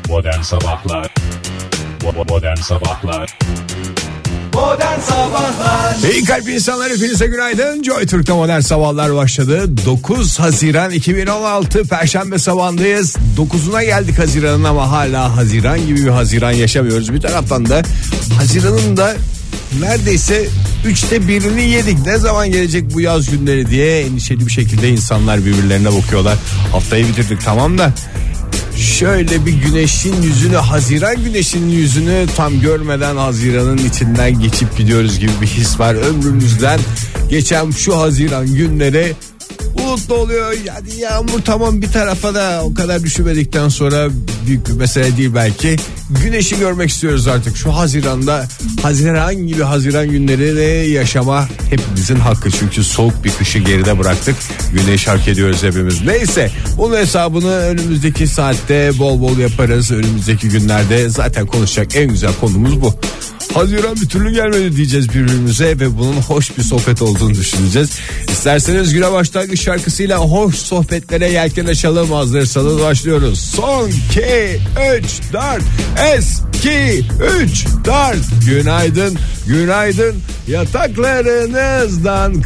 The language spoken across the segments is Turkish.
Modern Sabahlar. Modern Sabahlar. Modern Sabahlar. İyi kalp insanlar, hepinize günaydın. Joy Türk'te Modern Sabahlar başladı. 9 Haziran 2016 Perşembe sabahındayız. 9'una geldik Haziran'ın ama hala Haziran gibi bir Haziran yaşamıyoruz. Bir taraftan da Haziran'ın da neredeyse 1/3'ünü yedik. Ne zaman gelecek bu yaz günleri diye endişeli bir şekilde insanlar birbirlerine bakıyorlar. Haftayı bitirdik tamam da şöyle bir güneşin yüzünü, Haziran güneşinin yüzünü tam görmeden Haziran'ın içinden geçip gidiyoruz gibi bir his var. Ömrümüzden geçen şu Haziran günleri bulutlu oluyor. Yani yağmur tamam bir tarafa da o kadar düşünmedikten sonra büyük bir mesele değil belki. Güneşi görmek istiyoruz artık. Şu Haziran'da Haziran gibi Haziran günleri de yaşama hepimizin hakkı. Çünkü soğuk bir kışı geride bıraktık. Güneş hak ediyoruz hepimiz. Neyse bunun hesabını önümüzdeki saatte bol bol yaparız. Önümüzdeki günlerde zaten konuşacak en güzel konumuz bu. Haziran bir türlü gelmedi diyeceğiz birbirimize ve bunun hoş bir sohbet olduğunu düşüneceğiz. İsterseniz güne başlangıç şarkısıyla hoş sohbetlere yelken açalım. Hazırsanız başlıyoruz. Son 2, 3, 4, eski 3, 4. Günaydın, günaydın. Yataklarınızdan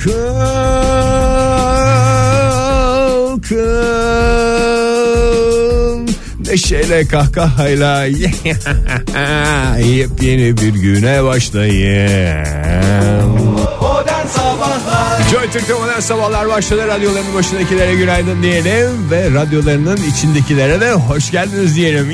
kalkın. Neşeyle kahkahayla yepyeni bir güne başlayın. Modern Sabahlar. Joy Türk'te Modern Sabahlar başladı. Radyolarının başındakilere günaydın diyelim ve radyolarının içindekilere de hoş geldiniz diyelim.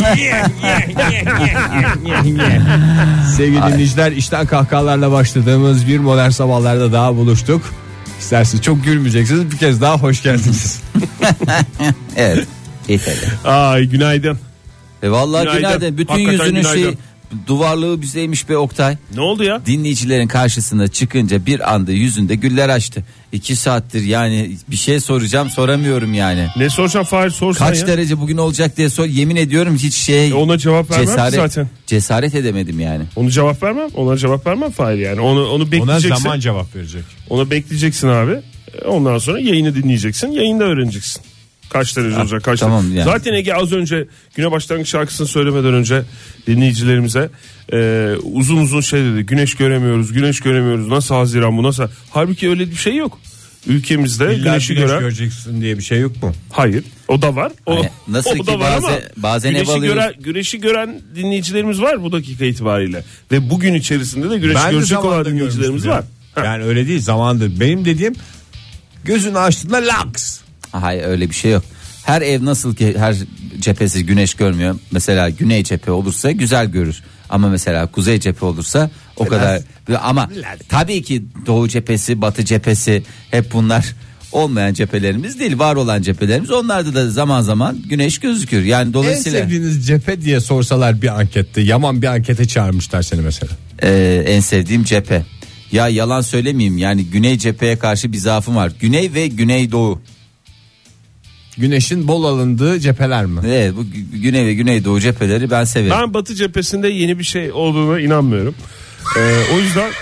Sevgili dinleyiciler, işten kahkahalarla başladığımız bir Modern Sabahlar'da daha buluştuk. İsterseniz çok gülmeyeceksiniz, bir kez daha hoş geldiniz. Evet. Ay günaydın. Vallahi günaydın. Bütün Hakikaten yüzünün günaydın. duvarlığı bizeymiş be Oktay. Ne oldu ya? Dinleyicilerin karşısına çıkınca bir anda yüzünde güller açtı. 2 saattir yani bir şey soracağım soramıyorum yani. Ne soracağım Fahir, sorsan Kaç ya. derece bugün olacak diye sor. Yemin ediyorum hiç Ona cevap vermem zaten. Cesaret edemedim yani. Ona cevap vermem Fahir yani. Onu bekleyeceksin. Ona zaman cevap verecek. Onu bekleyeceksin abi. Ondan sonra yayını dinleyeceksin. Yayında öğreneceksin. Kaç derece olacak, kaç tamam derece. yani. Zaten Ege az önce güne başlangıç şarkısını söylemeden önce dinleyicilerimize uzun uzun şey dedi. Güneş göremiyoruz. Nasıl Haziran bu, nasıl? Halbuki öyle bir şey yok. Ülkemizde güneşi göreceksin diye bir şey yok mu? Hayır, o da var. Nasıl o ki da var ama bazen ev alıyoruz. güneşi gören dinleyicilerimiz var bu dakika itibariyle. Ve bugün içerisinde de güneşi Ben de görecek olan zamanında dinleyicilerimiz görmüştüm var. ya. Yani öyle değil, zamandır. Benim dediğim gözünü açtığında laks. Hayır öyle bir şey yok. Her ev nasıl ki her cephesi güneş görmüyor. Mesela güney cephe olursa güzel görür. Ama mesela kuzey cephe olursa o kadar. Ama tabii ki doğu cephesi, batı cephesi hep bunlar olmayan cephelerimiz değil. Var olan cephelerimiz. Onlarda da zaman zaman güneş gözükür. Yani dolayısıyla. En sevdiğiniz cephe diye sorsalar bir ankette. Yaman bir ankete çağırmışlar seni mesela. En sevdiğim cephe. Ya yalan söylemeyeyim yani güney cepheye karşı bir zaafım var. Güney ve güneydoğu. Güneşin bol alındığı cepheler mi? Evet, bu güney ve güneydoğu cepheleri ben severim. Ben batı cephesinde yeni bir şey olduğuna inanmıyorum. O yüzden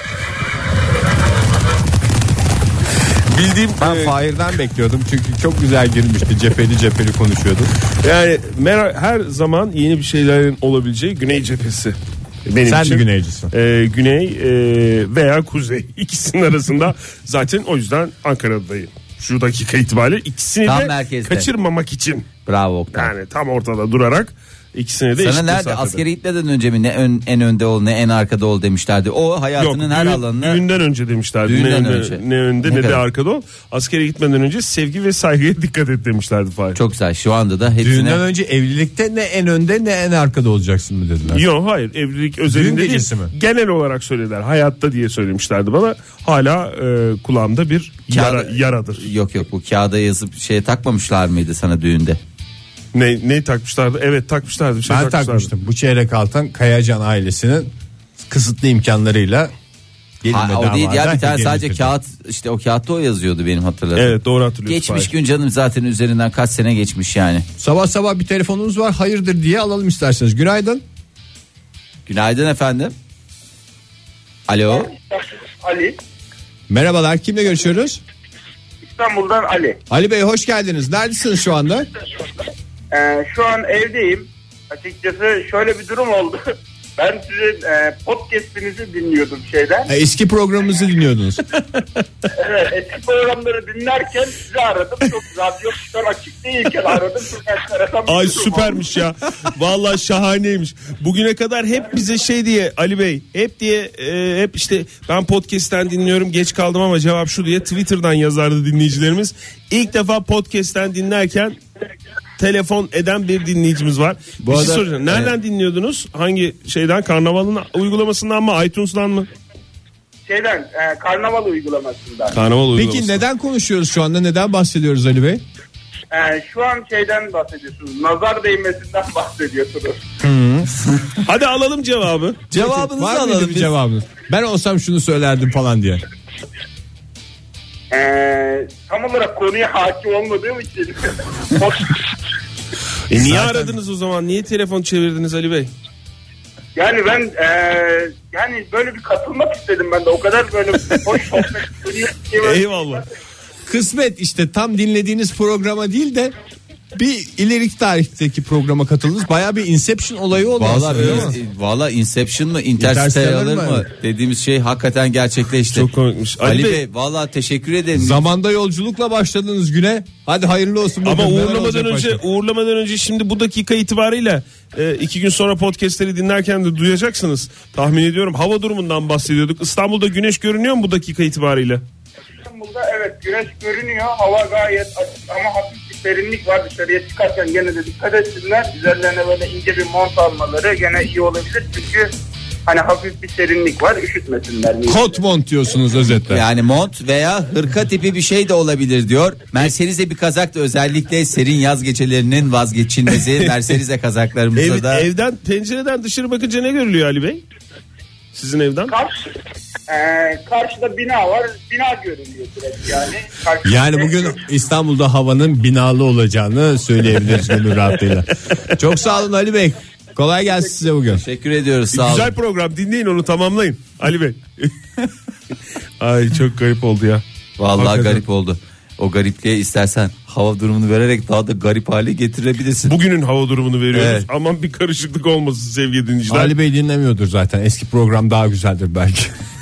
bildiğim Ben Fahir'den bekliyordum çünkü çok güzel girmişti, cepheli konuşuyordu. yani her zaman yeni bir şeylerin olabileceği güney cephesi. Benim Sen için. de güneycisin. Güney veya kuzey ikisinin arasında, zaten o yüzden Ankara'dayım. Şu dakika itibariyle ikisini Tam de merkezde. kaçırmamak için. Bravo Oktay. Yani tam ortada durarak ikisini de Sana eşit nerede mesafede. askere gitmeden önce mi en önde ol ne en arkada ol demişlerdi. O hayatının her alanına. Düğünden önce demişlerdi. Düğünden ne önce. ne önde Ne ne de kadar? arkada ol. Askere gitmeden önce sevgi ve saygıya dikkat et demişlerdi Fahir. Çok güzel, şu anda da hepsine. Düğünden önce evlilikte ne en önde ne en arkada olacaksın mı dediler. Yok hayır, evlilik özelinde değil. gecesi mi? Genel olarak söylediler. Hayatta diye söylemişlerdi bana. Hala kulağımda bir yaradır. Yok bu kağıda yazıp şeye takmamışlar mıydı sana düğünde? Ne takmışlardı? Evet takmışlardı. Bir şey Ben takmışlardı. takmıştım. Bu çeyrek altın Kayacan ailesinin kısıtlı imkanlarıyla gelin ve O değil ya, damada bir tane hediye sadece getirdim. kağıt, işte o kağıtta o yazıyordu benim hatırladığım. Evet doğru hatırlıyorsun. Geçmiş Fahir. gün canım, zaten üzerinden kaç sene geçmiş yani. Sabah bir telefonumuz var, hayırdır diye alalım isterseniz. Günaydın. Günaydın efendim. Alo. Ali. Merhabalar, kimle görüşüyoruz? İstanbul'dan Ali. Ali Bey hoş geldiniz. Neredesiniz şu anda? Şu an evdeyim. açıkçası şöyle bir durum oldu. Ben sizin podcast'inizi dinliyordum şeyden. Eski programımızı dinliyordunuz. Evet, eski programları dinlerken sizi aradım. Çok radyo çıkan açık değilken aradım. Çok enteresan bir Ay durum süpermiş ya. Vallahi şahaneymiş. Bugüne kadar hep bize şey diye Ali Bey hep işte ben podcast'ten dinliyorum geç kaldım ama cevap şu diye Twitter'dan yazardı dinleyicilerimiz. İlk defa podcast'ten dinlerken telefon eden bir dinleyicimiz var. Bir şey soracağım. Nereden dinliyordunuz? Hangi şeyden? Karnaval'ın uygulamasından mı? iTunes'dan mı? Karnaval uygulamasından. Karnaval uygulaması. Peki neden konuşuyoruz şu anda? Neden bahsediyoruz Ali Bey? Şu an şeyden bahsediyorsunuz. Nazar değmesinden bahsediyorsunuz. Hadi alalım cevabı. Cevabınızı Var mıydı alalım bir biz. cevabınız? Ben olsam şunu söylerdim falan diye. Tam olarak konuya hakim olmadığım için. Niye Zaten- aradınız o zaman? Niye telefon çevirdiniz Ali Bey? Yani ben yani böyle bir katılmak istedim ben de. O kadar böyle hoş sohbet. Eyvallah. Kısmet işte, tam dinlediğiniz programa değil de bir ileriki tarihteki programa katıldınız. Bayağı bir Inception olayı oldu aslında, değil mi? Valla Inception mı Interstellar Interstellar mı mı? dediğimiz şey hakikaten gerçekleşti. Çok komikmiş. Ali Bey valla teşekkür ederim. Zamanda yolculukla başladınız güne. Hadi hayırlı olsun. Ama bakalım neler olacak uğurlamadan önce şimdi bu dakika itibariyle 2 gün sonra podcastleri dinlerken de duyacaksınız. Tahmin ediyorum hava durumundan bahsediyorduk. İstanbul'da güneş görünüyor mu bu dakika itibariyle? İstanbul'da evet güneş görünüyor. Hava gayet açık ama hafif bir serinlik var. Dışarıya çıkarken gene de dikkat etsinler. Üzerlerine böyle ince bir mont almaları gene iyi olabilir. Çünkü hani hafif bir serinlik var. Üşütmesinler. Kot mont diyorsunuz özetle. Yani mont veya hırka tipi bir şey de olabilir diyor. Mercedes'e bir kazak da özellikle serin yaz gecelerinin vazgeçilmezi. Mercedes'e kazaklarımızda da. Evden pencereden dışarı bakınca ne görülüyor Ali Bey? Sizin evden? Karşıda bina var. Bina görünüyor direkt yani. Karşıda Yani bugün İstanbul'da havanın binalı olacağını söyleyebiliriz gönül rahatlığıyla. Çok sağ olun Ali Bey. Kolay gelsin size bugün. Teşekkür ediyoruz, sağ olun. Güzel program, dinleyin onu, tamamlayın Ali Bey. Ay çok garip oldu ya. Vallahi Hakikaten. garip oldu. O garipliğe istersen hava durumunu vererek daha da garip hale getirebilirsin. Bugünün hava durumunu veriyoruz. Evet. Aman bir karışıklık olmasın sevgili dinleyiciler. Ali Bey dinlemiyordur zaten. Eski program daha güzeldir belki.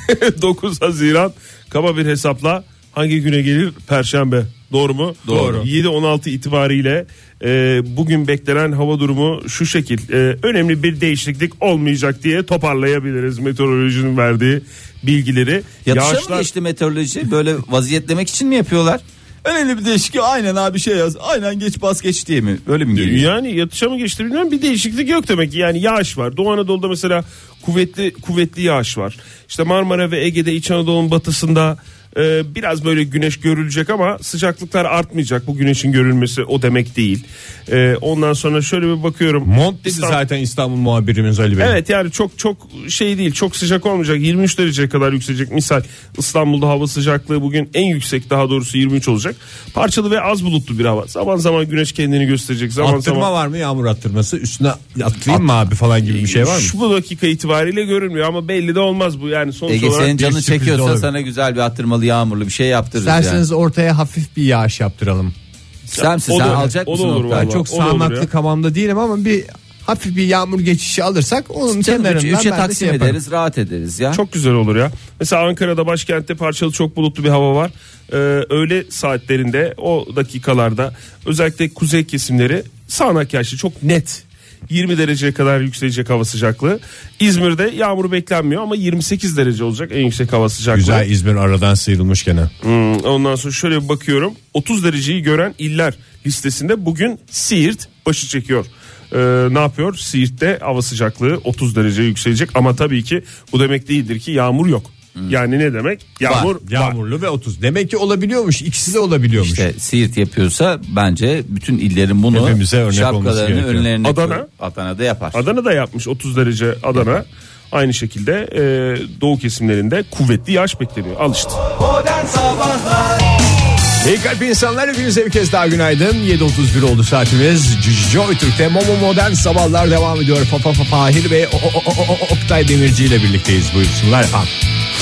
9 Haziran kaba bir hesapla hangi güne gelir? Perşembe. Doğru mu? Doğru. 7-16 itibariyle bugün beklenen hava durumu şu şekil. Önemli bir değişiklik olmayacak diye toparlayabiliriz meteorolojinin verdiği bilgileri. Yatışa mı geçti meteoroloji? Böyle vaziyetlemek için mi yapıyorlar? Önemli bir değişiklik, aynen abi şey yaz. Aynen geç bas geç diye mi? Öyle mi geliyor? Yani yatışa mı geçti bilmiyorum, bir değişiklik yok demek ki. Yani yağış var. Doğu Anadolu'da mesela kuvvetli yağış var. İşte Marmara ve Ege'de, İç Anadolu'nun batısında biraz böyle güneş görülecek ama sıcaklıklar artmayacak. Bu güneşin görülmesi o demek değil. Ondan sonra şöyle bir bakıyorum. Mont dedi zaten İstanbul muhabirimiz Ali Bey. Evet, yani çok şey değil, çok sıcak olmayacak, 23 dereceye kadar yükselecek. Misal İstanbul'da hava sıcaklığı bugün en yüksek, daha doğrusu 23 olacak. Parçalı ve az bulutlu bir hava. Zaman zaman güneş kendini gösterecek. Attırma var mı, yağmur attırması? Üstüne atlayayım mı abi falan gibi bir şey var mı? Şu bu dakika itibariyle görünmüyor ama belli de olmaz bu, yani sonuç Ege olarak. senin canın bir sürpriz çekiyorsa olabilir. sana güzel bir attırmalı yağmurlu bir şey yaptırırız İsterseniz yani. ortaya hafif bir yağış yaptıralım. Sen O da- alacak o da mısın olur Oktay? vallahi. Çok o da olur sağanaklı ya. kavamda değilim ama bir hafif bir yağmur geçişi alırsak onun Canım, kenarından üçe ben de taksim yaparım. ederiz, rahat ederiz ya. Çok güzel olur ya. Mesela Ankara'da, başkentte parçalı çok bulutlu bir hava var. Öğle saatlerinde, o dakikalarda özellikle kuzey kesimleri sağanak yağışlı, çok net. 20 dereceye kadar yükselecek hava sıcaklığı. İzmir'de yağmur beklenmiyor ama 28 derece olacak en yüksek hava sıcaklığı. Güzel, İzmir aradan sıyrılmış gene. Ondan sonra şöyle bir bakıyorum. 30 dereceyi gören iller listesinde bugün Siirt başı çekiyor. Ne yapıyor? Siirt'te hava sıcaklığı 30 dereceye yükselecek ama tabii ki bu demek değildir ki yağmur yok. Yani ne demek? Yağmur var. Yağmurlu ve 30. Demek ki olabiliyormuş. İkisi de olabiliyormuş. İşte Siirt yapıyorsa bence bütün illerin bunu Hepimize örnek olması şapkalarını gerekiyor. önlerine Adana? Adana'da yapar. Adana'da yapmış 30 derece Adana. Aynı şekilde doğu kesimlerinde kuvvetli yağış bekleniyor. Al işte. Modern Sabahlar İyi kalp insanlar, hepinize bir kez daha günaydın. 7.31 oldu saatimiz. Joy Türk'te Momo Modern Sabahlar devam ediyor. Fahir ve Oktay Demirci ile birlikteyiz, buyursunlar efendim.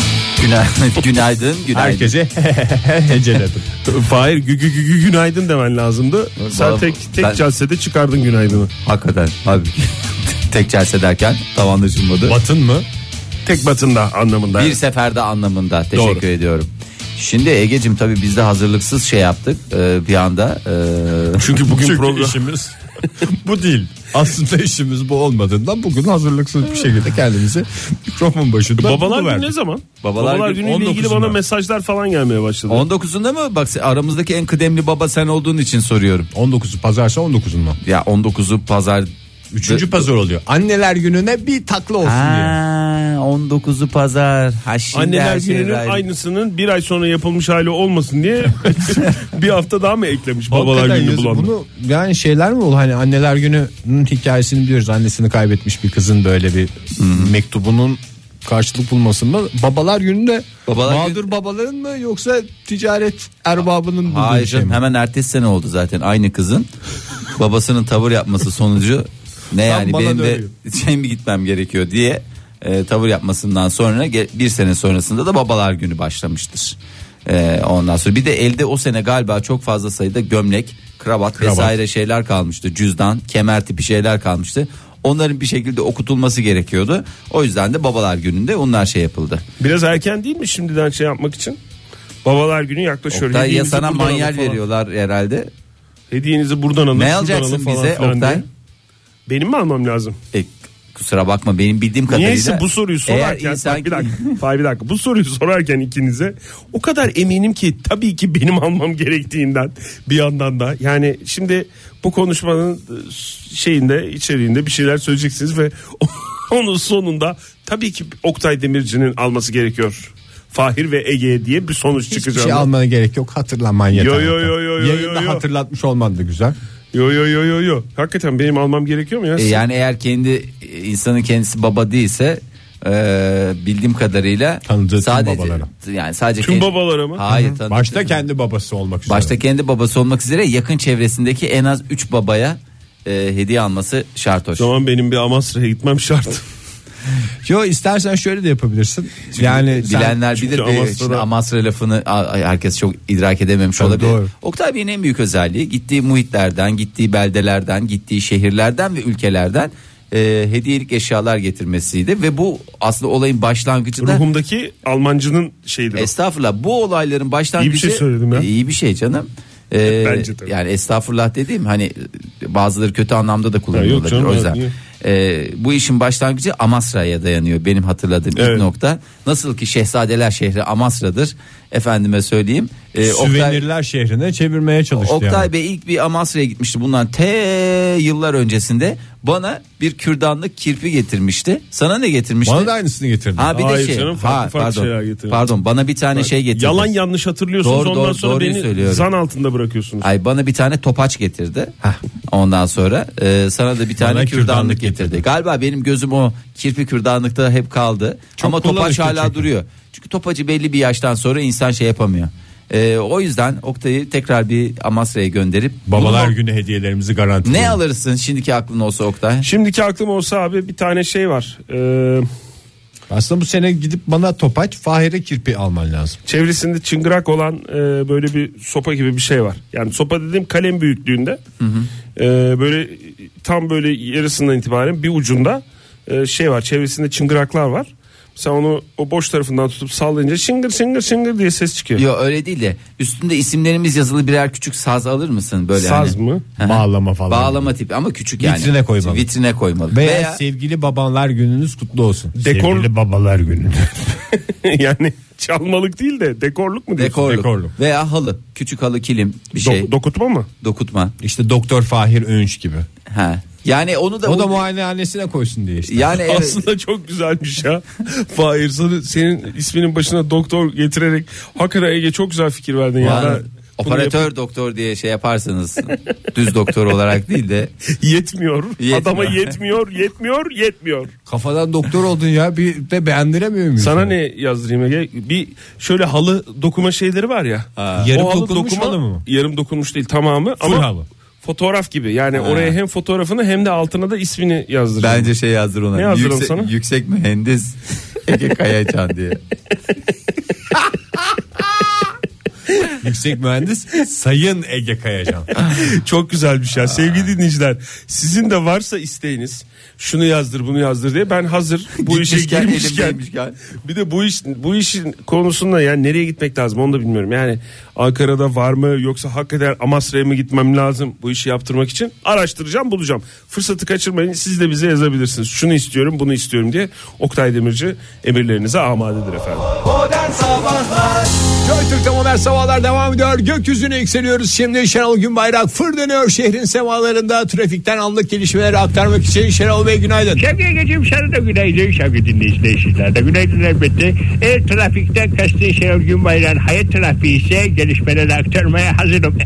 Günaydın. Herkese heceledim. Fahir günaydın demen lazımdı. Sen tek celsede çıkardın günaydını. Hakikaten abi. Tek celse derken tam anlaşılmadı. Batın mı? Tek batında anlamında. Bir seferde anlamında. Teşekkür Doğru. ediyorum. Şimdi Egeciğim tabii biz de hazırlıksız şey yaptık bir anda. Çünkü bugün program işimiz bu değil. Aslında işimiz bu olmadığından bugün hazırlıksız bir şekilde kendimizi mikrofon başında Babalar günü verdik. ne zaman? Babalar Babalar günü günüyle ilgili 19'unda. bana mesajlar falan gelmeye başladı. 19'unda mı? Bak aramızdaki en kıdemli baba sen olduğun için soruyorum. 19'u pazarsa 19'un mu? Ya 19'u pazar. 3. pazar oluyor. Anneler gününe bir takla olsun diye. 19'u pazar. Ha, şimdi Anneler her şey gününün ayrı. aynısının bir ay sonra yapılmış hali olmasın diye bir hafta daha mı eklemiş babalar Hakikaten günü yazık. bulanlar? Bunu yani şeyler mi oldu? Hani anneler gününün hikayesini biliyoruz. Annesini kaybetmiş bir kızın böyle bir mektubunun karşılık bulması mı? Babalar gününde Babalar mağdur babaların mı yoksa ticaret erbabının bulduğu Hayır bir şey canım, mi? hemen ertesi sene oldu zaten aynı kızın babasının tavır yapması sonucu ne yani bana benim de dönüyor. şey mi gitmem gerekiyor diye tavır yapmasından sonra bir sene sonrasında da babalar günü başlamıştır. Ondan sonra bir de elde o sene galiba çok fazla sayıda gömlek, kravat vesaire şeyler kalmıştı. Cüzdan, kemer tipi şeyler kalmıştı. Onların bir şekilde okutulması gerekiyordu. O yüzden de babalar gününde onlar şey yapıldı. Biraz erken değil mi şimdiden şey yapmak için? Babalar günü yaklaşıyor. Oktay ya Hediyenizi sana buradan manyel alın falan. veriyorlar herhalde. Hediyenizi buradan alın. Ne şuradan alacaksın alın falan bize filan Oktay? diye. Benim mi almam lazım? Kusura bakma benim bildiğim kadarıyla. Niyeyse bu soruyu sorarken insan- bak bir dakika bu soruyu sorarken ikinize o kadar eminim ki tabii ki benim almam gerektiğinden bir yandan da yani şimdi bu konuşmanın şeyinde içeriğinde bir şeyler söyleyeceksiniz ve onun sonunda tabii ki Oktay Demirci'nin alması gerekiyor. Fahir ve Ege diye bir sonuç Hiçbir çıkacak. şey almana gerek yok. Hatırlaman yeter. Yo. Yayında hatırlatmış olman da güzel. Yo. Hakikaten benim almam gerekiyor mu ya? Yani eğer kendi insanın kendisi baba değilse bildiğim kadarıyla Tanıdığı tüm sadece babalara. yani sadece Tüm babalara mı? Hayır, tanıdığı- Başta kendi babası olmak üzere. başta kendi babası olmak üzere yakın çevresindeki en az 3 babaya hediye alması şart hoş. O zaman benim bir Amasra'ya gitmem şart. Yo istersen şöyle de yapabilirsin. Yani sen Bilenler bilir Amasra'da- şimdi Amasra lafını herkes çok idrak edememiş Tabii olabilir. doğru. Oktay Bey'in en büyük özelliği gittiği muhitlerden, gittiği beldelerden, gittiği şehirlerden ve ülkelerden hediyelik eşyalar getirmesiydi ve bu aslında olayın başlangıcı da Ruhumdaki Almancının şeyidir. estağfurullah bu olayların başlangıcı İyi bir şey söyledim ya. İyi bir şey canım. Bence tabii. Yani estağfurullah dediğim hani bazıları kötü anlamda da Ha, yok kullanılabilir canım, o yüzden. niye? Bu işin başlangıcı Amasra'ya dayanıyor benim hatırladığım Evet. ilk nokta. Nasıl ki Şehzadeler şehri Amasra'dır efendime söyleyeyim. süvenirler şehrine çevirmeye çalıştı. Oktay yani. Bey ilk bir Amasra'ya gitmişti bundan yıllar öncesinde bana bir kürdanlık kirpi getirmişti. Sana ne getirmişti? Bana da aynısını getirdi. Ha bir de Hayır şey. canım, farklı şeyler getirmiş. Pardon bana bir tane şey getirdi. Yalan yanlış hatırlıyorsunuz Doğru, ondan doğru, sonra doğruyu beni söylüyorum. zan altında bırakıyorsunuz. Ay bana bir tane topaç getirdi. Ondan sonra sana da bir tane Bana kürdanlık kürdanlık getirdi. Galiba benim gözüm o kirpi kürdanlıkta hep kaldı. Ama topaç kullanışlı hala çünkü. duruyor. Çünkü topacı belli bir yaştan sonra insan şey yapamıyor. O yüzden Oktay'ı tekrar bir Amasra'ya gönderip Babalar bunu- günü hediyelerimizi garanti. ne alırsın şimdiki aklın olsa Oktay? Şimdiki aklım olsa abi bir tane şey var. Aslında bu sene gidip bana topaç, Fahir'e kirpi alman lazım. Çevresinde çıngırak olan böyle bir sopa gibi bir şey var. Yani sopa dediğim kalem büyüklüğünde. Böyle tam böyle yarısından itibaren bir ucunda şey var. Çevresinde çıngıraklar var. Sen onu o boş tarafından tutup sallayınca şıngır şıngır şıngır diye ses çıkıyor. Yok öyle değil de üstünde isimlerimiz yazılı birer küçük saz alır mısın böyle Saz hani? mı? Hı hı. Bağlama falan. Bağlama tipi ama küçük yani. Vitrine koymalı. Vitrine koymalı. Veya sevgili babalar gününüz kutlu olsun. Dekor- Sevgili babalar günü. Yani çalmalık değil de dekorluk mu diyorsun? Dekorluk. Veya halı. Küçük halı kilim bir şey. Dokutma mı? Dokutma. İşte Doktor Fahir Öğünç gibi. Ha. Yani onu da O da muayenehanesine koysun diye işte. yani evet. Aslında çok güzelmiş ya. Fahir senin isminin başına doktor getirerek hakikaten Ege çok güzel fikir verdin ya. Yani Ben bunu operatör doktor diye şey yaparsanız düz doktor olarak değil de yetmiyor. Yetmiyor. Adama yetmiyor. Kafadan doktor oldun ya, bir de beğendiremiyor muyuz? Sana ne yazdırayım Ege? Bir şöyle halı dokuma şeyleri var ya. Yarım O halı dokunmuş halı mı? Yarım dokunmuş değil tamamı Full ama halı. fotoğraf gibi. Yani oraya hem fotoğrafını hem de altına da ismini yazdıracağım. bence şey yazdır ona. Ne yazdıralım sana? Yüksek mühendis Ege Kayacan diye. Yüksek mühendis Sayın Ege Kayacan. Çok güzelmiş ya. Sevgili dinleyiciler, sizin de varsa isteğiniz, şunu yazdır bunu yazdır diye, ben hazır bu işe girmişken bir de bu işin konusunda yani nereye gitmek lazım onu da bilmiyorum. Yani Ankara'da var mı, yoksa hakikaten Amasra'ya mı gitmem lazım bu işi yaptırmak için? Araştıracağım, bulacağım. Fırsatı kaçırmayın, siz de bize yazabilirsiniz. Şunu istiyorum, bunu istiyorum diye. Oktay Demirci emirlerinize amadedir efendim. Modern Sabahlar. Joy Türk'te modern sabahlar devam ediyor. Gökyüzüne yükseliyoruz. Şimdi Şenol Günbayrak fır dönüyor şehrin semalarında. Trafikten anlık gelişmeleri aktarmak için Şenol Bey günaydın. Şevki'ye geçeyim, sana da günaydın. Şevki dinleyiciler, sizler de günaydın elbette. Eğer trafikten kastı Şenol Günbayrak'ın hayat trafiği ise gelişmeleri aktarmaya hazırım.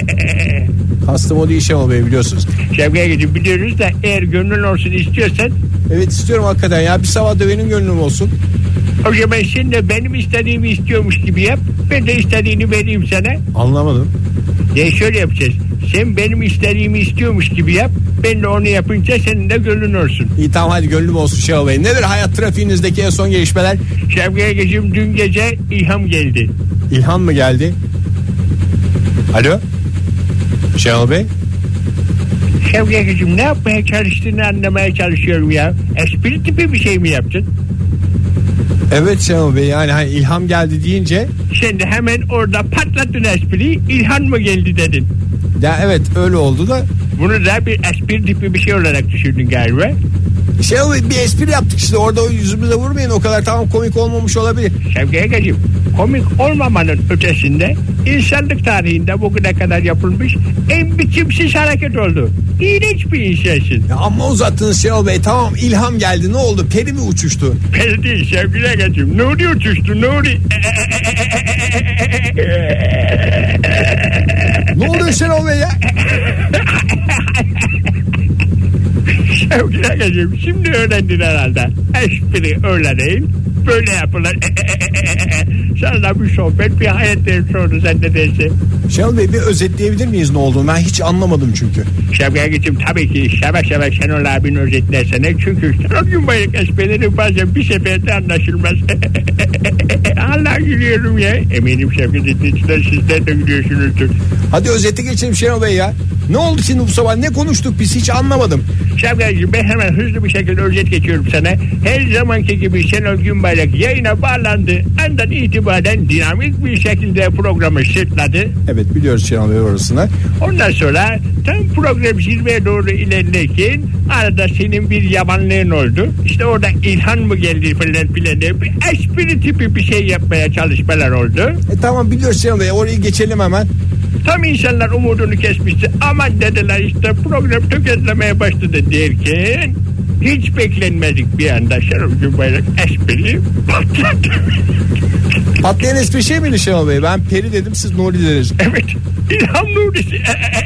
Kastım o değil Şenol Bey, biliyorsunuz. Şevki'ye geçeyim, biliyoruz da eğer gönlün olsun istiyorsan. Evet istiyorum hakikaten ya, bir sabah da benim gönlüm olsun. O zaman sen de benim istediğimi istiyormuş gibi yap. Ben de istediğini vereyim sana. Anlamadım. Şöyle yapacağız. Sen benim istediğimi istiyormuş gibi yap. Ben de onu yapınca senin de gönlün olsun. İyi tamam, hadi gönlüm olsun Şenol Bey. Nedir hayat trafiğinizdeki en son gelişmeler? Şevki'ye geçeyim, dün gece ilham geldi. İlhan mı geldi? Alo? Şenol Bey? Şevki'ye geçeyim, ne yapmaya çalıştığını anlamaya çalışıyorum ya. Espri tipi bir şey mi yaptın? Evet Şenol Bey, yani hani ilham geldi deyince. Sen de hemen orada patlattın espriyi, ilhan mı geldi dedin. Ya evet öyle oldu da. Bunu da bir espri tipi bir şey olarak düşündün galiba. Şenol Bey, bir espri yaptık işte, orada yüzümüze vurmayın o kadar, tamam komik olmamış olabilir. Şevki'ye geçeyim, komik olmamanın ötesinde insanlık tarihinde bugüne kadar yapılmış en biçimsiz hareket oldu. İğrenç bir insansın. Ya amma uzattınız Şenol Bey, tamam ilham geldi, ne oldu, peri mi uçuştu? Peri değil Şevki'ye geçeyim, Nuri uçuştu, Nuri. Ne oluyor Şenol Bey ya? Şevki'ye geçeyim, şimdi öğrendin herhalde. Espri öyle değil, böyle yapılır. Sana da bir sohbet, bir hayat dersi oldu zannedersin. Şenol Bey, bir özetleyebilir miyiz ne olduğunu? Ben hiç anlamadım çünkü. Şevki'ye geçeyim, tabii ki şeve Şenol abinin özetlersene. Çünkü Şenol Günbayrak esprileri bazen bir seferde anlaşılmaz. Allah gülüyorum ya. Eminim Şevki dinleyiciler, sizler de gülüyorsunuzdur. Hadi özete geçelim Şenol Bey ya. Ne oldu şimdi bu sabah, ne konuştuk biz, hiç anlamadım. Şevki'ciğim, ben hemen hızlı bir şekilde özet geçiyorum sana. Her zamanki gibi Şenol Günbayrak yayına bağlandı. Andan itibaren dinamik bir şekilde programı sırtladı. Evet biliyoruz Şenol Bey orasını. Ondan sonra tam program zirveye doğru ilerlerken arada senin bir yabanlığın oldu. İşte orada ilhan mı geldi falan filan diye bir espri tipi bir şey yapmaya çalışmalar oldu. Tamam biliyoruz Şenol Bey, orayı geçelim hemen. Tam insanlar umudunu kesmişti. Aman dediler, işte program tökezlemeye başladı derken hiç beklenmedik bir anda Şenol Günbayrak espri patladı. Patlayan espri şey miydi Şenol Bey? Ben peri dedim, siz Nuri dediniz. Evet, İlham Nuri'si.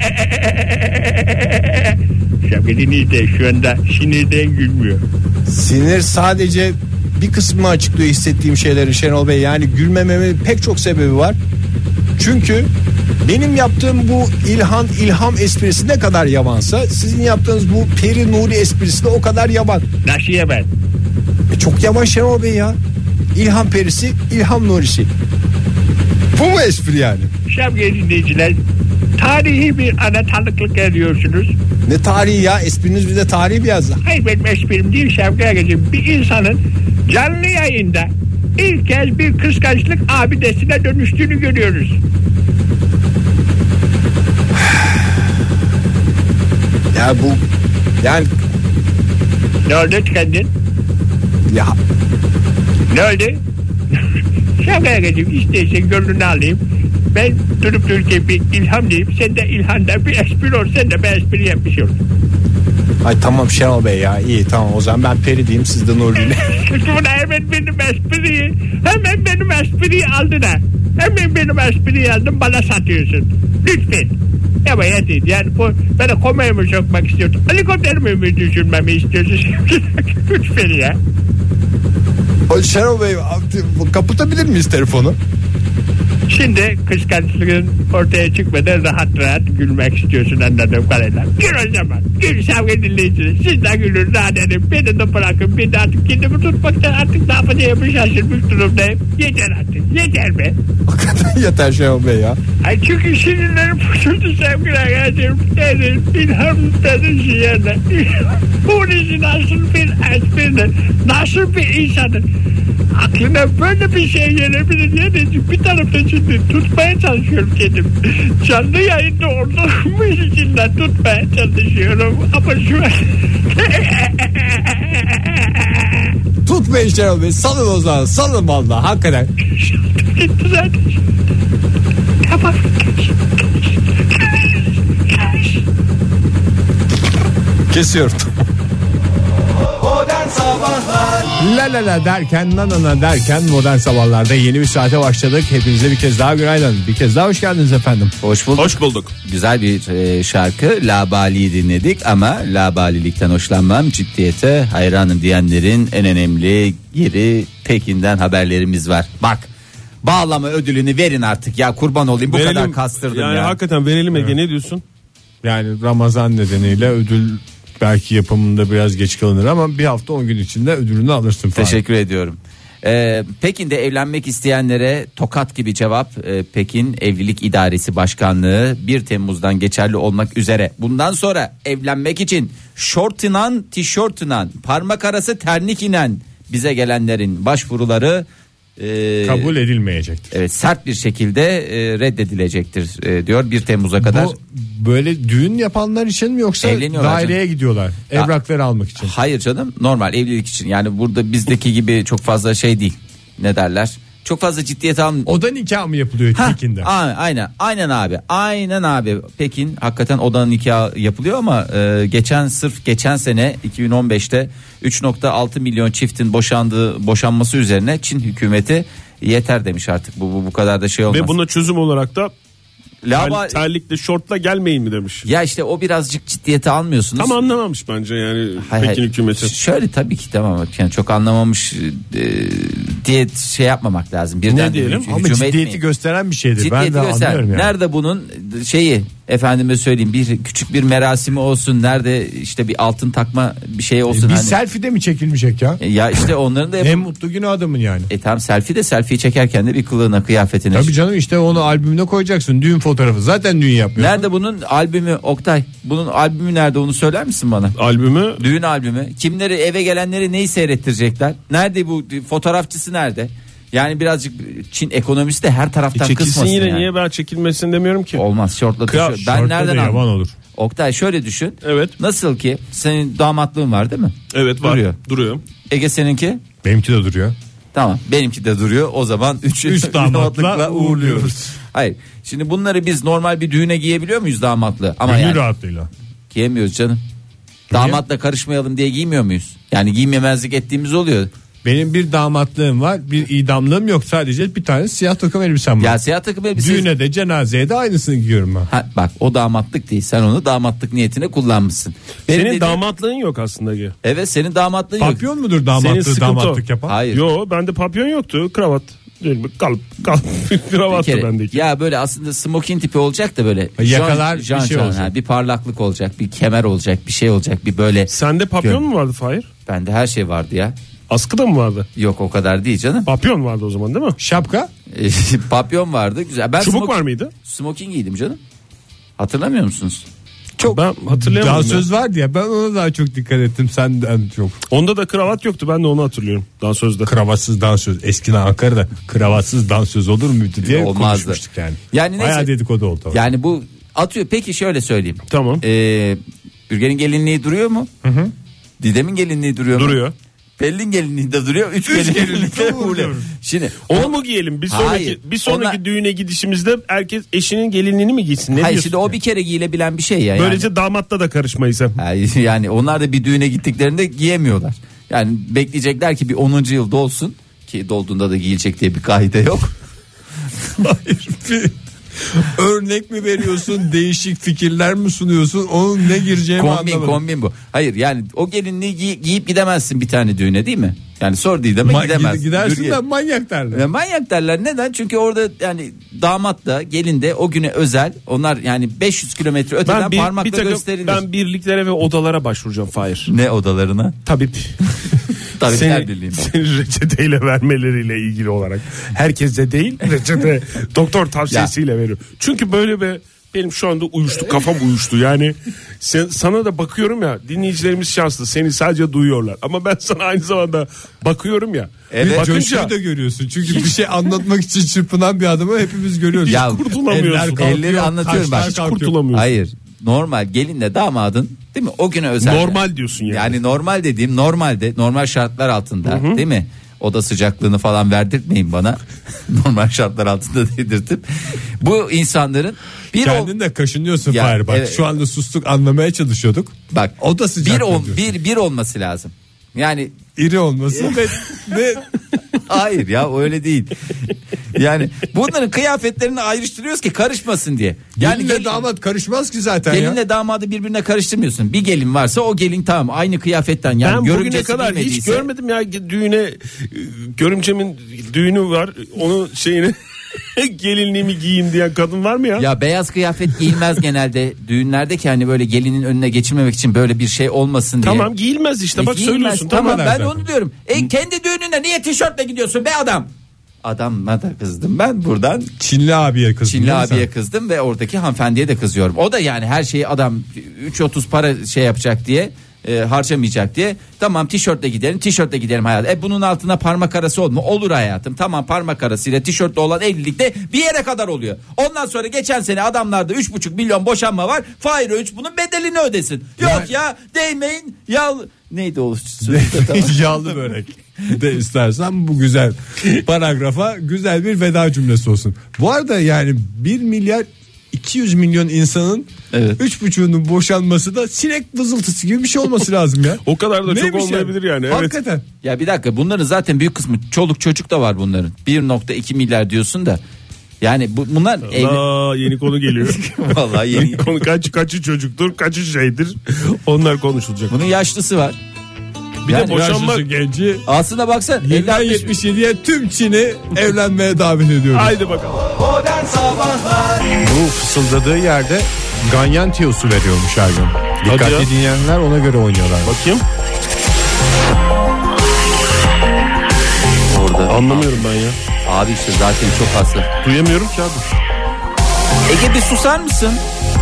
Şevki'nin de şu anda sinirden gülmüyor. Sinir sadece bir kısmını açıklıyor hissettiğim şeylerin Şenol Bey. Yani gülmememin pek çok sebebi var. Çünkü benim yaptığım bu ilham esprisi ne kadar yavansa, sizin yaptığınız bu peri Nuri esprisi de o kadar yavan. Nasıl yavan? Çok yavan Şenol Bey ya. İlham perisi, ilham Nuri'si. Bu mu espri yani? Şevki dinleyiciler, tarihi bir ana tanıklık ediyorsunuz. Ne tarihi ya? Espriniz bize tarihi bir yazdı. Hayır, benim esprim değil Şevki. Bir insanın canlı yayında ilk kez bir kıskançlık abidesine dönüştüğünü görüyoruz. Ya bu yani ne oldu, tıkandın? Ya ne oldu? Şevki'ye istersen gönlünü alayım. Ben durup dururken bir ilham deyip sen de ilhanda bir espri ol, sen de bir espri yapmış ol. ay tamam Şenol Bey ya, iyi tamam, o zaman ben peri diyeyim, siz de Nuri'yle. Buna hemen benim espriyi aldın ha. Hemen benim espriyi aldın, bana satıyorsun. Lütfen. Ama yeter yani, bu bana komaya mı sokmak istiyorsun? Helikopter mi düşünmemi istiyorsun? Lütfen ya. Şenol Bey, kapatabilir miyiz telefonu? Şimdi kıskançlığın ortaya çıkmadan rahat rahat gülmek istiyorsun anladığım kadarıyla. Gül o zaman. Gül sevgili dinleyiciler. Siz de gülün rahat edin. Beni de bırakın. Ben de artık kendimi tutmaktan artık ne yapacağımı şaşırmış durumdayım. Yeter artık. Yeter be. Yeter Şenol Bey ya. Ay çünkü sinirlerim fışıldı sevgili arkadaşlarım. Nedir? İlhamlıkların şiirde. Bu işi nasıl bir espridir? Nasıl bir insandır? Aklına böyle bir şey gelebilir diye bir tarafta şimdi tutmaya çalışıyorum kendim. Canlı yayında olduğum içinden tutmaya çalışıyorum. Ama şu an... Tutmayın Şenol Bey, salın o zaman, salın vallahi hakikaten. Gitti zaten. Tamam. Kesiyorum. Modern Sabahlar. La la la derken, nanana derken modern sabahlarda yeni bir saate başladık. Hepinize bir kez daha günaydın. Bir kez daha hoş geldiniz efendim. Hoş bulduk. Hoş bulduk. Güzel bir şarkı Labali'yi dinledik ama Labalilikten hoşlanmam, ciddiyete hayranım diyenlerin en önemli yeri Pekin'den haberlerimiz var. Bak, bağlama ödülünü verin artık ya, kurban olayım, bu kadar kastırdım yani ya. hakikaten verelim Ege, ne diyorsun? Yani Ramazan nedeniyle ödül belki yapımında biraz geç kalınır ama bir hafta 10 gün içinde ödülünü alırsın falan. Teşekkür ediyorum. Pekin'de evlenmek isteyenlere tokat gibi cevap. Pekin Evlilik İdaresi Başkanlığı 1 Temmuz'dan geçerli olmak üzere bundan sonra evlenmek için şort inan, tişört inan, parmak arası terlik inen bize gelenlerin başvuruları kabul edilmeyecektir. evet, sert bir şekilde reddedilecektir diyor 1 Temmuz'a kadar. Bu böyle düğün yapanlar için mi yoksa Evleniyorlar daireye canım. gidiyorlar evrakları almak için? Hayır canım, normal evlilik için. Yani burada bizdeki gibi çok fazla şey değil. Ne derler? Çok fazla ciddiyet almıyor. Oda nikahı mı yapılıyor Pekin'de? Aynen abi. Pekin hakikaten oda nikahı yapılıyor ama geçen sene 2015'te 3.6 milyon çiftin boşanması üzerine Çin hükümeti yeter demiş artık. Bu kadar da şey olmaz. Ve buna çözüm olarak da Laba- terlikle şortla gelmeyin mi demiş. Ya işte o birazcık ciddiyete almıyorsunuz. Tam anlamamış bence yani Hayır, Pekin hükümeti. Şöyle tabii ki tamam, yani çok anlamamış diye şey yapmamak lazım. Birden Ne diyelim? Ama hücum ciddiyeti etmeyin. gösteren bir şeydir. Ben de Ciddiyeti anlıyorum yani. Nerede bunun şeyi, efendime söyleyeyim, bir küçük bir merasimi olsun, nerede işte bir altın takma bir şey olsun. Bir hani. selfie de mi çekilmeyecek ya? Ya işte onların da En mutlu günü adamın yani. tam selfie'yi çekerken de bir kılığına, kıyafetine. Tabii canım, işte onu albümüne koyacaksın, düğün fotoğrafı. Zaten düğün yapmıyorsun. Nerede bunun albümü Oktay? Bunun albümü nerede, onu söyler misin bana? Albümü Düğün albümü. Kimleri, eve gelenleri neyi seyrettirecekler? Nerede bu fotoğrafçısı, nerede? Yani birazcık Çin ekonomisi de her taraftan çekilsin kısmasın yine, yani. niye ben çekilmesin demiyorum ki. Olmaz, şortla Kral, tişört. Ben Şortla nereden da yavan anladım? olur. Oktay şöyle düşün. Evet. Nasıl ki senin damatlığın var değil mi? Evet, var. Duruyor. Ege seninki? Benimki de duruyor. Tamam, benimki de duruyor. O zaman 3 damatla uğurluyoruz. Hayır. Şimdi bunları biz normal bir düğüne giyebiliyor muyuz, damatlı? Ama Gönül yani rahatlığıyla. giyemiyoruz canım. Damatla karışmayalım diye giymiyor muyuz? Yani giymemezlik ettiğimiz oluyor. Benim bir damatlığım var, bir idamlığım yok, sadece bir tane siyah takım elbisem var. Ya siyah takım elbise. Düğüne de cenazeye de aynısını giyiyorum ben. Ha, bak o damatlık değil, sen onu damatlık niyetine kullanmışsın. Benim Senin dediğim- damatlığın yok aslında Ege. Evet, senin damatlığın yok. Papyon mudur Senin damatlığı sıkıntı damatlık o. yapan? Hayır. Yo, bende papyon yoktu, kravat. Kalıp Bir kravattı kere, bendeki. ya böyle aslında smoking tipi olacak da böyle Yakalar bir şey olacak. bir parlaklık olacak, bir kemer olacak, bir şey olacak, bir böyle. Sende papyon mu vardı Fahir? Bende her şey vardı ya. Askı da mı vardı? Yok, o kadar değil canım. Papyon vardı o zaman değil mi? Şapka? Papyon vardı, güzel. Ben Çubuk var mıydı? Smoking giydim canım. Hatırlamıyor musunuz? Çok Ben hatırlayamadım. daha söz vardı ya, ben ona daha çok dikkat ettim senden çok. Onda da kravat yoktu, ben de onu hatırlıyorum. Daha sözde. Kravatsız dansöz, eskiden Ankara'da kravatsız dansöz olur muydu diye Olmazdı. konuşmuştuk yani. Yani Bayağı neyse. dedikodu oldu. Yani bu atıyor. Peki şöyle söyleyeyim. Tamam. Bürgen'in gelinliği duruyor mu? Didem'in gelinliği duruyor mu? Duruyor. Pelin gelinliği de duruyor. Üç gelinliği de duruyor. Şimdi Onu mu giyelim? Hayır, Bir sonraki ona- düğüne gidişimizde herkes eşinin gelinliğini mi giysin? Ne hayır, diyorsun? şimdi o bir kere giyilebilen bir şey ya. Yani. Böylece damatla da karışmayız hem. Hayır, yani onlar da bir düğüne gittiklerinde giyemiyorlar. Yani bekleyecekler ki bir 10. yıl dolsun, ki dolduğunda da giyilecek diye bir kaide yok. Hayır, bir örnek mi veriyorsun, değişik fikirler mi sunuyorsun, onun ne gireceğimi anlamadım. Kombin bu. Hayır, yani o gelinliği giyip gidemezsin bir tane düğüne, değil mi? Yani sor değil demek gidemez. Gidersin Bürge. de manyak derler. Manyak derler. Neden? Çünkü orada yani damat da gelin de o güne özel. Onlar yani 500 kilometre öteden parmakla gösterilir. Ben birliklere ve odalara başvuracağım Fahir. Ne odalarına? Tabip. Tabipler Birliği'nde. Senin reçeteyle vermeleriyle ilgili olarak. Herkese değil, reçete doktor tavsiyesiyle veriyor. Çünkü böyle bir benim şu anda kafam uyuştu. Yani sana da bakıyorum ya, dinleyicilerimiz şanslı, seni sadece duyuyorlar. Ama ben sana aynı zamanda bakıyorum ya. Evet. Coşkuyu da görüyorsun. Çünkü bir şey anlatmak için çırpınan bir adamı hepimiz görüyoruz. Ya, kurtulamıyorsun. Elleri anlatıyorum bak. Hiç kurtulamıyorsun. Hayır. Normal gelinle damadın değil mi? O güne özel. Normal diyorsun yani. Yani normal dediğim normal şartlar altında, değil mi? Oda sıcaklığını falan verdirtmeyin bana. Normal şartlar altında dedirtip bu insanların Kendin de kaşınıyorsun Fahir bak. Evet. Şu anda sustuk, anlamaya çalışıyorduk. Bak oda sıcaklığı bir olması lazım. Yani iri olması ve hayır ya öyle değil. Yani bunların kıyafetlerini ayrıştırıyoruz ki karışmasın diye. Yani gelinle damat karışmaz ki zaten ya. Gelinle damadı birbirine karıştırmıyorsun. Bir gelin varsa o gelin tamam aynı kıyafetten. Yani ben bugüne kadar hiç görmedim ya, düğüne, görümcemin düğünü var, onun şeyini gelinliğimi giyeyim diyen kadın var mı ya? Ya beyaz kıyafet giyilmez genelde düğünlerde ki hani böyle gelinin önüne geçirmemek için böyle bir şey olmasın diye. Tamam giyilmez işte, bak giyilmez, söylüyorsun. Tamam ben zaten. onu diyorum. Kendi düğününe niye tişörtle gidiyorsun be adam? Adama da kızdım ben buradan. Çinli abiye kızdım. Çinli abiye kızdım ve oradaki hanımefendiye de kızıyorum. O da yani her şeyi adam 3.30 para şey yapacak diye harcamayacak diye. Tamam tişörtle gidelim hayatım. Bunun altına parmak arası olma. Olur hayatım. Tamam parmak arasıyla tişörtle olan evlilikte bir yere kadar oluyor. Ondan sonra geçen sene adamlarda 3,5 milyon boşanma var. Fahir Öğünç bunun bedelini ödesin. Yok ya değmeyin. Neydi o? Yağlı börek de istersen bu güzel paragrafa güzel bir veda cümlesi olsun. Bu arada yani 1 milyar 200 milyon insanın 3,5'unun boşanması da sinek vızıltısı gibi bir şey olması lazım ya. O kadar da çok Neymiş olmayabilir yani. Evet. Hakikaten. Ya bir dakika, bunların zaten büyük kısmı çoluk çocuk da var bunların. 1,2 milyar diyorsun da. Yani bunlar yeni konu geliyor. Vallahi yeni konu kaçı çocuktur, kaçı şeydir. Onlar konuşulacak. Bunun yaşlısı var. Bir Yani de boşanma genci. aslında baksan 77'ye tüm Çin'i evlenmeye davet ediyoruz. Haydi bakalım. Modern Sabahlar. Bu fısıldadığı yerde ganyan tiyosu veriyormuş her gün. Hadi Dikkatli ya. dinleyenler ona göre oynuyorlar. Bakayım. orada. Anlamıyorum ben ya. Abi işte zaten çok hasta. Duyamıyorum ki abi. Ege bir susar mısın?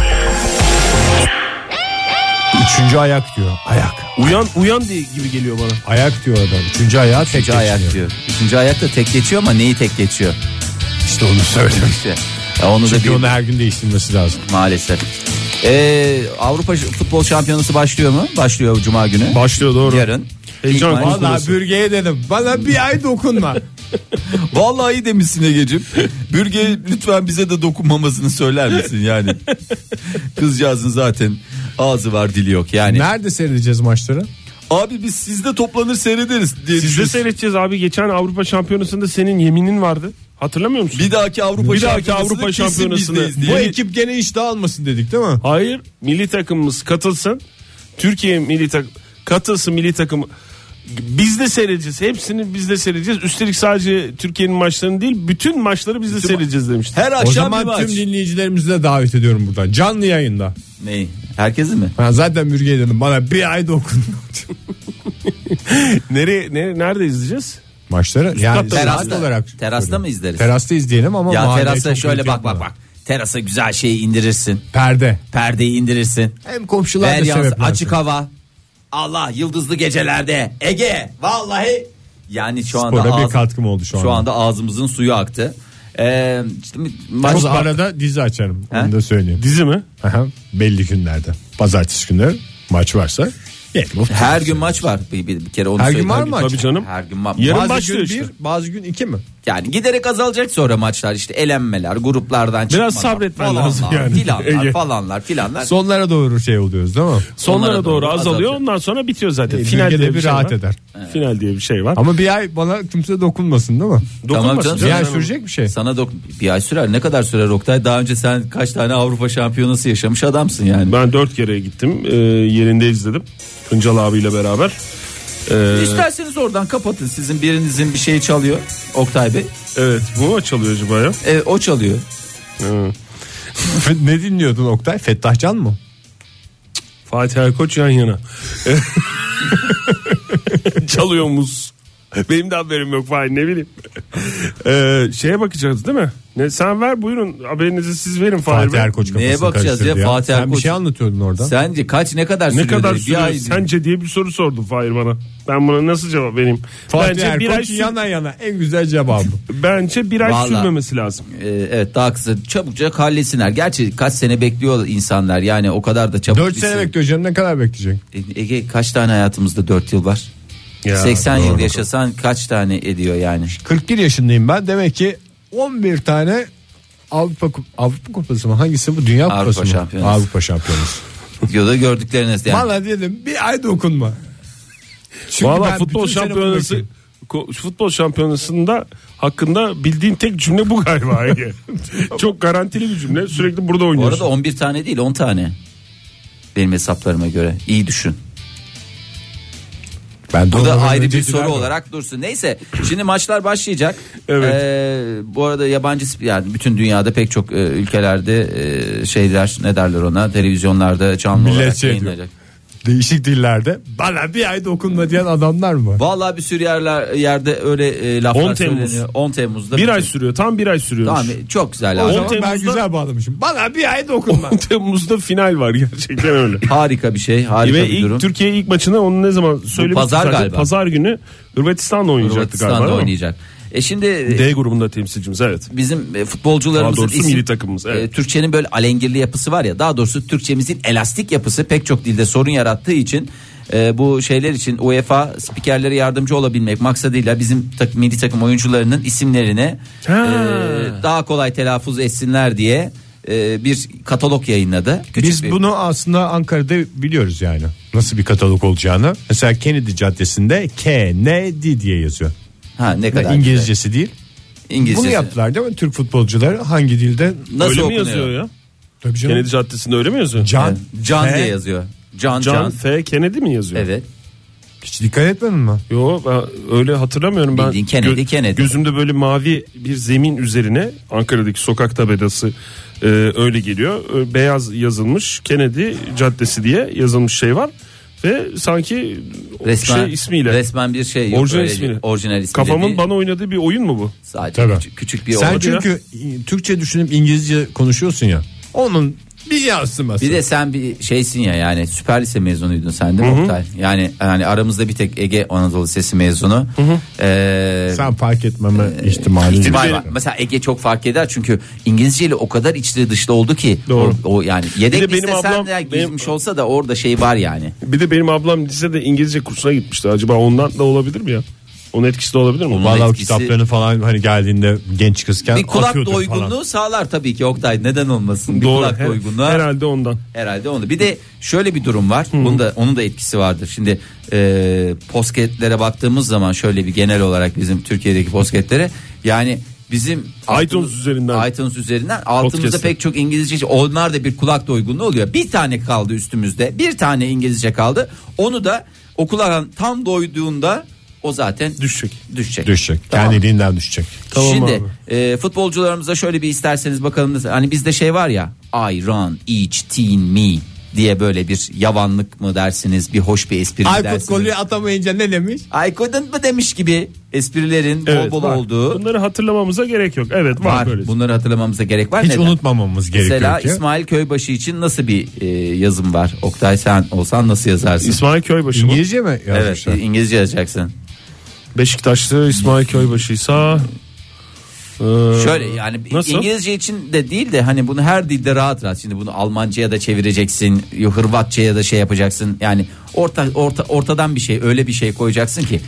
3. ayak diyor. Ayak. Uyan diye gibi geliyor bana. Ayak diyor adam. 3. ayağı tek Üçüncü ayak geçmiyor. diyor. 3. ayak da tek geçiyor ama neyi tek geçiyor? İşte onu söyleyeyim. İşte. Ya onu Çünkü da onu her gün değiştirmesi lazım. maalesef. Avrupa Futbol Şampiyonası başlıyor mu? Başlıyor Cuma günü. Başlıyor, doğru. Yarın. Heyecan İlk maç- kokusu. Vallahi bürgeye dedim. Bana bir ay dokunma. Vallahi iyi demişsin Egeciğim. Bürge lütfen bize de dokunmamasını söyler misin yani? Kızcağızın zaten ağzı var dili yok yani. Nerede seyredeceğiz maçları? Abi biz sizde toplanır seyrederiz diye Siz de düşünüyoruz. seyredeceğiz abi. Geçen Avrupa Şampiyonası'nda senin yeminin vardı. Hatırlamıyor musun? Bir dahaki Avrupa Şampiyonası'nda kesin bizdeyiz diye. Bu ekip gene iş dağılmasın dedik değil mi? Hayır, milli takımımız katılsın. Türkiye milli takım katılsın, milli takım. Biz de seyredeceğiz. Hepsini biz de seyredeceğiz. Üstelik sadece Türkiye'nin maçlarını değil, bütün maçları biz de seyredeceğiz demiştim. Her O akşam bir zaman maç. tüm dinleyicilerimizi de davet ediyorum buradan. Canlı yayında. Neyi? Herkesi mi? Ben zaten bürgeye dedim. Bana bir ay dokun. Nerede izleyeceğiz? Maçları yani katta saat olarak. Terasta mı izleriz? Terasta izleyelim ama Ya mahalleye terasa çok şöyle büyük bak. yapma. Terasa güzel şeyi indirirsin. Perdeyi Perdeyi indirirsin. hem komşular Ver da yalnız sebeplensin. açık hava. Allah yıldızlı gecelerde. Ege vallahi. Yani şu anda Spora bir katkım oldu şu anda. Şu anda ağzımızın suyu aktı. İşte maç Çok arada dizi açarım. Onu da söyleyeyim. Dizi mi? Aha, belli günlerde. Pazartesi günleri maç varsa. her gün maç var. Bir kere onu Her gün söyleyeyim. var mı maç? Tabii canım. Her gün maç. Yarın Bazı başlıyor gün işte. 1, bazı gün 2 mi? Yani giderek azalacak sonra maçlar, işte elenmeler, gruplardan çıkmalar. Biraz sabretmen falanlar, lazım yani. Filanlar Ege. filanlar. Sonlara doğru şey oluyoruz değil mi? Sonlara doğru azalıyor. azalıyor. Ondan sonra bitiyor zaten. Bürge Final de diye bir bir şey rahat var. eder. Final diye bir şey var. Ama bir ay bana kimse dokunmasın değil mi? Dokunmasın canım. Bir ay canım. sürecek bir şey. Sana bir ay sürer. Ne kadar sürer Oktay? Daha önce sen kaç tane Avrupa Şampiyonası yaşamış adamsın yani. Ben 4 kere gittim. Yerinde izledim. Hıncal abiyle beraber. İsterseniz oradan kapatın. Sizin birinizin bir şeyi çalıyor Oktay Bey. Evet, bu mu çalıyor acaba ya? Evet, o çalıyor. Ne dinliyordun Oktay? Fettah Can mı? Fatih Erkoç yan yana. Çalıyormuş. Benim de haberim yok Fahir, ne bileyim. Şeye bakacağız değil mi? Sen ver, buyurun haberinizi siz verin Fahir Fatih Bey. Erkoç kafasını Neye bakacağız ya? karıştırdı Fatih Sen bir Erkoç. şey anlatıyordun orada. Sence ne kadar sürüyor? Ne kadar Bir sürüyor ay- sence diye bir soru sordun Fahir bana. Ben buna nasıl cevap vereyim? Fatih Bir ay Erkoç yana yana en güzel cevabı. Bence bir ay Vallahi. sürmemesi lazım. Evet, daha kısa, çabukça halletsinler. Gerçi kaç sene bekliyor insanlar, yani o kadar da çabuk. 4 sene bekliyor canım, ne kadar bekleyecek? Ege, kaç tane hayatımızda 4 yıl var? Ya, 80 yıl doğru. yaşasan kaç tane ediyor yani? 41 yaşındayım ben, demek ki 11 tane Avrupa Kupası mı? Hangisi bu? Dünya Avrupa Kupası mı? Şampiyonası. Avrupa Şampiyonası. Videoda gördükleriniz yani. Valla dedim bir ay dokunma. Çünkü Valla ben futbol bütün sene bunu şampiyonası bekliyorum. futbol şampiyonasında hakkında bildiğin tek cümle bu galiba Ege. Çok garantili bir cümle. Sürekli burada Bu oynuyorsun. arada 11 tane değil, 10 tane. Benim hesaplarıma göre. İyi düşün. Ben Bu da onların ayrı bir önceciler soru var. olarak dursun. Neyse, şimdi maçlar başlayacak. Evet. Bu arada yabancı, yani bütün dünyada pek çok ülkelerde şeyler, ne derler ona, televizyonlarda canlı Millet olarak şey yayınlanacak. Değişik dillerde bana bir ay dokunma diyen adamlar mı? Vallahi bir sürü yerde öyle laflar 10 Temmuz. söyleniyor. 10 Temmuz'da. Bir ay sürüyor. Tam bir ay sürüyor. Tamam, çok güzel O abi. zaman ben Temmuz'da- güzel bağlamışım. Bana bir ay dokunma. 10 Temmuz'da final var, gerçekten öyle. Harika bir şey, harika Ve bir durum. Türkiye ilk maçını onu ne zaman söylemiştik pazar zaten. galiba. Pazar günü Hırvatistan'la oynayacaktı Hırvatistan'da galiba. oynayacak. Şimdi D grubunda temsilcimiz, evet. bizim Daha futbolcularımızın doğrusu milli takımımız, evet. Türkçenin böyle alengirli yapısı var ya, daha doğrusu Türkçemizin elastik yapısı pek çok dilde sorun yarattığı için bu şeyler için UEFA spikerlere yardımcı olabilmek maksadıyla bizim milli takım oyuncularının isimlerini daha kolay telaffuz etsinler diye bir katalog yayınladı. Küçük Biz bir- bunu aslında Ankara'da biliyoruz yani. Nasıl bir katalog olacağını. Mesela Kennedy Caddesi'nde Kennedy diye yazıyor. ne kadar İngilizcesi değil. güzel. İngilizcesi. Bunu yaptılar değil mi? Türk futbolcuları hangi dilde? Nasıl Öyle mi okunuyor? yazıyor ya? Tabii canım. Kennedy Caddesi'nde öyle mi yazıyor? Can. Evet. Can F. diye yazıyor. Can. John F. Kennedy mi yazıyor? Evet. Hiç dikkat etmedin mi? Yo, ben öyle hatırlamıyorum. Bildiğin Kennedy, Kennedy. Gözümde böyle mavi bir zemin üzerine Ankara'daki sokak tabelası öyle geliyor. Beyaz yazılmış Kennedy Caddesi diye yazılmış şey var. Ve sanki Resmen ismiyle. Resmen bir şey yok. Orijinal öyle ismiyle. değil. Orijinal ismiyle Kafamın değil. bana oynadığı bir oyun mu bu? Sadece Tabii. küçük bir Sen oldu. çünkü Türkçe düşünüp İngilizce konuşuyorsun ya. Onun bir yansıması. Bir de sen bir şeysin ya, yani süper lise mezunuydun sen değil mi Oktay? Yani aramızda bir tek Ege Anadolu Lisesi mezunu. Sen fark etmeme ihtimali Var, yok. var. Mesela Ege çok fark eder çünkü İngilizceyle o kadar içli dışlı oldu ki. Doğru. O yani Bir yedek de benim listesen ablam- de girmiş olsa da orada şey var yani. Bir de benim ablam lisede İngilizce kursuna gitmişti. Acaba ondan da olabilir mi ya? Onun etkisi de olabilir mi? Onun Vallahi o etkisi- kitaplarını falan hani geldiğinde genç kızken Bir kulak atıyordur doygunluğu falan. sağlar tabii ki Oktay, neden olmasın? Bir Doğru. kulak doygunluğu. Herhalde ondan. Herhalde onu. Bir de şöyle bir durum var. Onun da etkisi vardır. Şimdi posketlere baktığımız zaman şöyle bir genel olarak bizim Türkiye'deki posketlere, yani bizim iTunes üzerinden altımızda Podcast'te. pek çok İngilizce, onlar da bir kulak doygunluğu oluyor. Bir tane kaldı üstümüzde. Bir tane İngilizce kaldı. Onu da okula tam doyduğunda o zaten düşecek. Düşecek. Tamam. Kendiliğinden düşecek. Tamam Şimdi futbolcularımıza şöyle bir isterseniz bakalım. Hani bizde şey var ya, I run each team me diye, böyle bir yavanlık mı dersiniz, bir hoş bir espri mi Aykut dersiniz? golü atamayınca ne demiş? Aykut'un mu demiş gibi esprilerin Evet, bol bol var. olduğu Bunları hatırlamamıza gerek yok. Evet, var, var. böyle. Bunları hatırlamamıza gerek var. Hiç Neden? unutmamamız gerekiyor Mesela ki. İsmail Köybaşı için nasıl bir yazım var? Oktay, sen olsan nasıl yazarsın? İsmail Köybaşı mı? İngilizce mi Evet, yazmışlar? İngilizce yazacaksın. Beşiktaşlı İsmail Köybaşı'ysa Şöyle yani nasıl? İngilizce için de değil de hani bunu her dilde rahat rahat, şimdi bunu Almanca'ya da çevireceksin, Hırvatça'ya da şey yapacaksın. Yani ortadan bir şey, öyle bir şey koyacaksın ki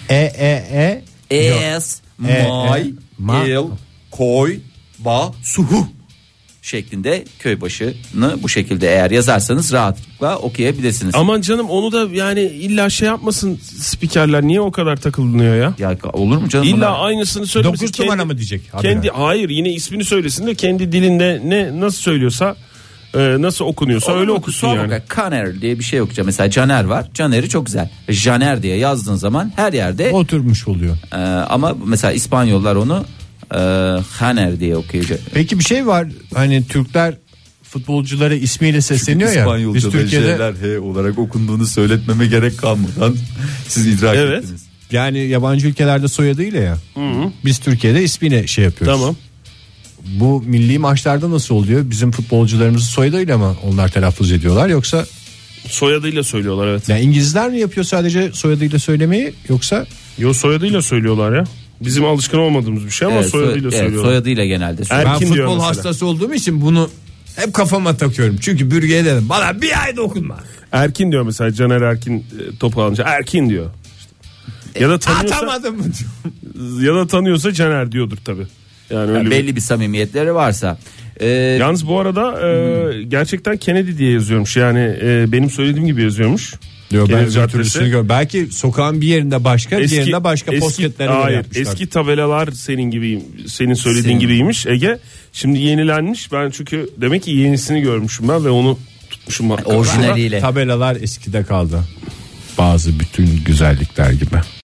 es may el koy ba suhu şeklinde Köybaşı'nı bu şekilde eğer yazarsanız rahatlıkla okuyabilirsiniz. aman canım, onu da yani illa şey yapmasın spikerler, niye o kadar takılınıyor ya? Ya olur mu canım? İlla bunlar? aynısını söylemesin. 9 numara mı diyecek? Hayır, yine ismini söylesin de kendi dilinde nasıl söylüyorsa nasıl okunuyorsa öyle okusun yani. Caner diye bir şey yok. Mesela Caner var. Caner'i çok güzel. Janer diye yazdığın zaman her yerde oturmuş oluyor. Ama mesela İspanyollar onu Caner diye okuyor. Peki bir şey var. Hani Türkler futbolculara ismiyle sesleniyor ya. Biz Türkiye'de H olarak okunduğunu söyletmeme gerek kalmadan siz idrak ettiniz. Yani yabancı ülkelerde soyadıyla ya. Hı-hı. Biz Türkiye'de ismiyle şey yapıyoruz. Tamam. Bu milli maçlarda nasıl oluyor? Bizim futbolcularımızı soyadıyla mı onlar telaffuz ediyorlar yoksa soyadıyla söylüyorlar, evet. Yani İngilizler mi yapıyor sadece soyadıyla söylemeyi yoksa? Yo, soyadıyla söylüyorlar ya. Bizim alışkın olmadığımız bir şey ama soyadıyla söylüyorlar. Soyadıyla genelde. Ben futbol hastası olduğum için bunu hep kafama takıyorum. Çünkü bürgeye dedim bana bir ay dokunma. Erkin diyor mesela, Caner Erkin topu alınca Erkin diyor. Ya da tanıyorsa atamadım mı diyor. Ya da tanıyorsa Caner diyordur tabii. Yani öyle belli bir samimiyetleri varsa. Yalnız bu arada gerçekten Kennedy diye yazıyormuş. Yani benim söylediğim gibi yazıyormuş. Diyor, ben belki sokağın bir yerinde başka, bir yerinde başka posketlere yapmışlar. Eski tabelalar senin söylediğin gibiymiş Ege. Şimdi yenilenmiş. Ben çünkü demek ki yenisini görmüşüm ben ve onu tutmuşum. Orijinaliyle. Tabelalar eskide kaldı. Bazı bütün güzellikler gibi.